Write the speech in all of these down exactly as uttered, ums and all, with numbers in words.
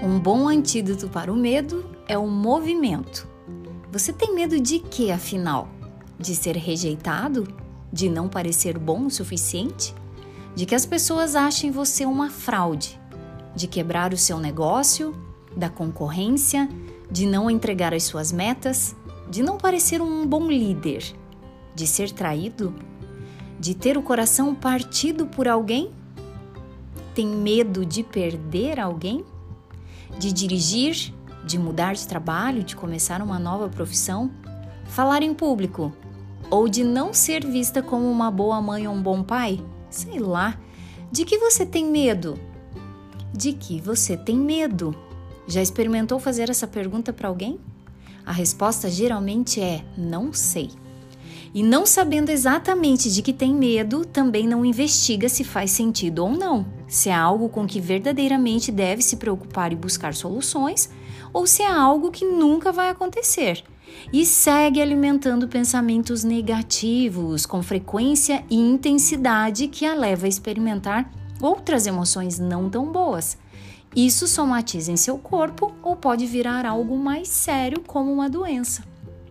Um bom antídoto para o medo é o movimento. Você tem medo de quê, afinal? De ser rejeitado? De não parecer bom o suficiente? De que as pessoas achem você uma fraude? De quebrar o seu negócio? Da concorrência? De não entregar as suas metas? De não parecer um bom líder? De ser traído? De ter o coração partido por alguém? Tem medo de perder alguém? De dirigir? De mudar de trabalho? De começar uma nova profissão? Falar em público? Ou de não ser vista como uma boa mãe ou um bom pai? Sei lá. De que você tem medo? De que você tem medo? Já experimentou fazer essa pergunta para alguém? A resposta geralmente é não sei. E não sabendo exatamente de que tem medo, também não investiga se faz sentido ou não, se é algo com que verdadeiramente deve se preocupar e buscar soluções, ou se é algo que nunca vai acontecer. E segue alimentando pensamentos negativos com frequência e intensidade que a leva a experimentar outras emoções não tão boas. Isso somatiza em seu corpo ou pode virar algo mais sério, como uma doença.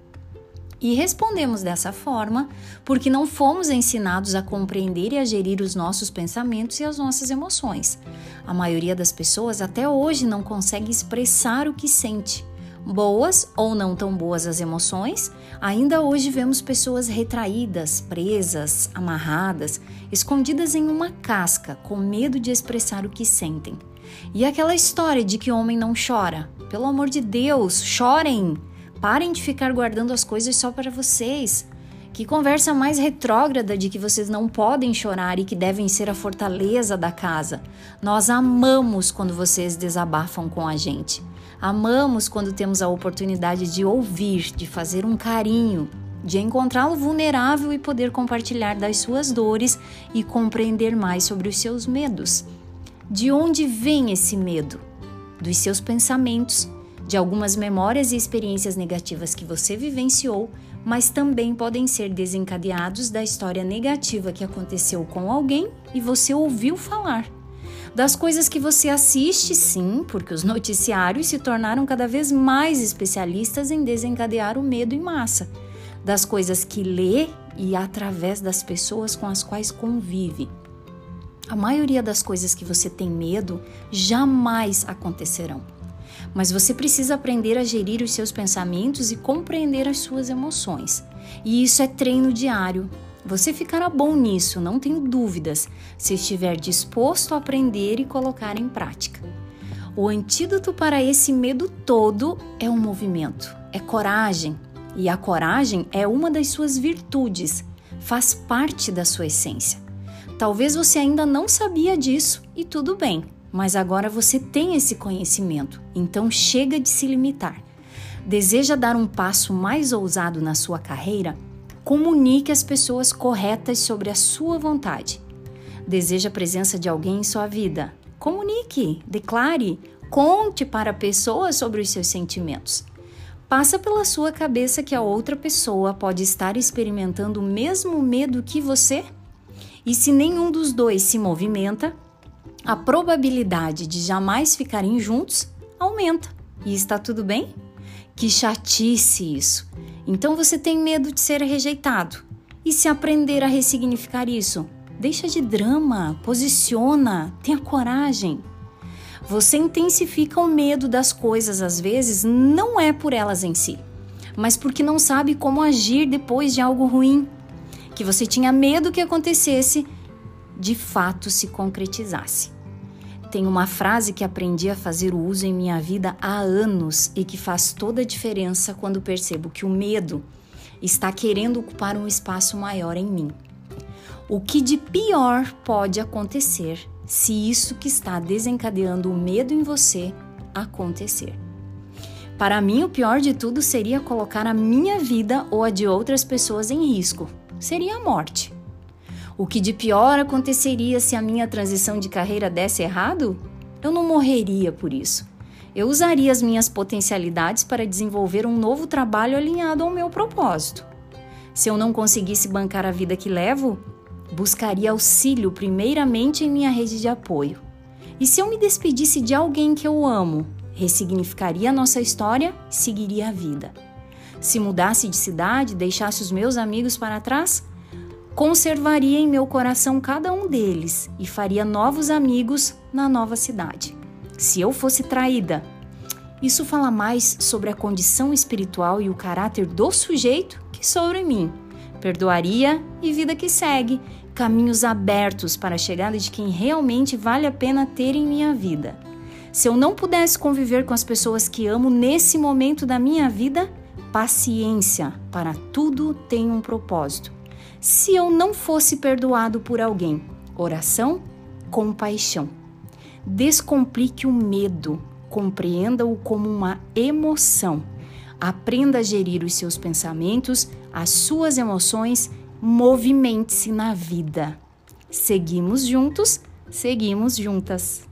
E respondemos dessa forma porque não fomos ensinados a compreender e a gerir os nossos pensamentos e as nossas emoções. A maioria das pessoas até hoje não consegue expressar o que sente. Boas ou não tão boas as emoções, ainda hoje vemos pessoas retraídas, presas, amarradas, escondidas em uma casca, com medo de expressar o que sentem. E aquela história de que homem não chora? Pelo amor de Deus, chorem! Parem de ficar guardando as coisas só para vocês. Que conversa mais retrógrada de que vocês não podem chorar e que devem ser a fortaleza da casa. Nós amamos quando vocês desabafam com a gente. Amamos quando temos a oportunidade de ouvir, de fazer um carinho, de encontrá-lo vulnerável e poder compartilhar das suas dores e compreender mais sobre os seus medos. De onde vem esse medo? Dos seus pensamentos, de algumas memórias e experiências negativas que você vivenciou, mas também podem ser desencadeados da história negativa que aconteceu com alguém e você ouviu falar. Das coisas que você assiste, sim, porque os noticiários se tornaram cada vez mais especialistas em desencadear o medo em massa. Das coisas que lê e através das pessoas com as quais convive. A maioria das coisas que você tem medo jamais acontecerão. Mas você precisa aprender a gerir os seus pensamentos e compreender as suas emoções. E isso é treino diário. Você ficará bom nisso, não tenho dúvidas, se estiver disposto a aprender e colocar em prática. O antídoto para esse medo todo é o movimento, é coragem. E a coragem é uma das suas virtudes, faz parte da sua essência. Talvez você ainda não sabia disso e tudo bem. Mas agora você tem esse conhecimento, então chega de se limitar. Deseja dar um passo mais ousado na sua carreira? Comunique às pessoas corretas sobre a sua vontade. Deseja a presença de alguém em sua vida? Comunique, declare, conte para a pessoa sobre os seus sentimentos. Passa pela sua cabeça que a outra pessoa pode estar experimentando o mesmo medo que você? E se nenhum dos dois se movimenta, a probabilidade de jamais ficarem juntos aumenta. E está tudo bem? Que chatice isso! Então você tem medo de ser rejeitado. E se aprender a ressignificar isso? Deixa de drama, posiciona, tenha coragem. Você intensifica o medo das coisas às vezes, não é por elas em si, mas porque não sabe como agir depois de algo ruim. Que você tinha medo que acontecesse, de fato se concretizasse. Tem uma frase que aprendi a fazer o uso em minha vida há anos e que faz toda a diferença quando percebo que o medo está querendo ocupar um espaço maior em mim. O que de pior pode acontecer se isso que está desencadeando o medo em você acontecer? Para mim, o pior de tudo seria colocar a minha vida ou a de outras pessoas em risco. Seria a morte. O que de pior aconteceria se a minha transição de carreira desse errado? Eu não morreria por isso. Eu usaria as minhas potencialidades para desenvolver um novo trabalho alinhado ao meu propósito. Se eu não conseguisse bancar a vida que levo, buscaria auxílio primeiramente em minha rede de apoio. E se eu me despedisse de alguém que eu amo, ressignificaria a nossa história e seguiria a vida. Se mudasse de cidade, deixasse os meus amigos para trás, conservaria em meu coração cada um deles e faria novos amigos na nova cidade. Se eu fosse traída, isso fala mais sobre a condição espiritual e o caráter do sujeito que sobre mim. Perdoaria e vida que segue, caminhos abertos para a chegada de quem realmente vale a pena ter em minha vida. Se eu não pudesse conviver com as pessoas que amo nesse momento da minha vida, paciência, para tudo tem um propósito. Se eu não fosse perdoado por alguém, oração, compaixão. Descomplique o medo, compreenda-o como uma emoção. Aprenda a gerir os seus pensamentos, as suas emoções, movimente-se na vida. Seguimos juntos, seguimos juntas.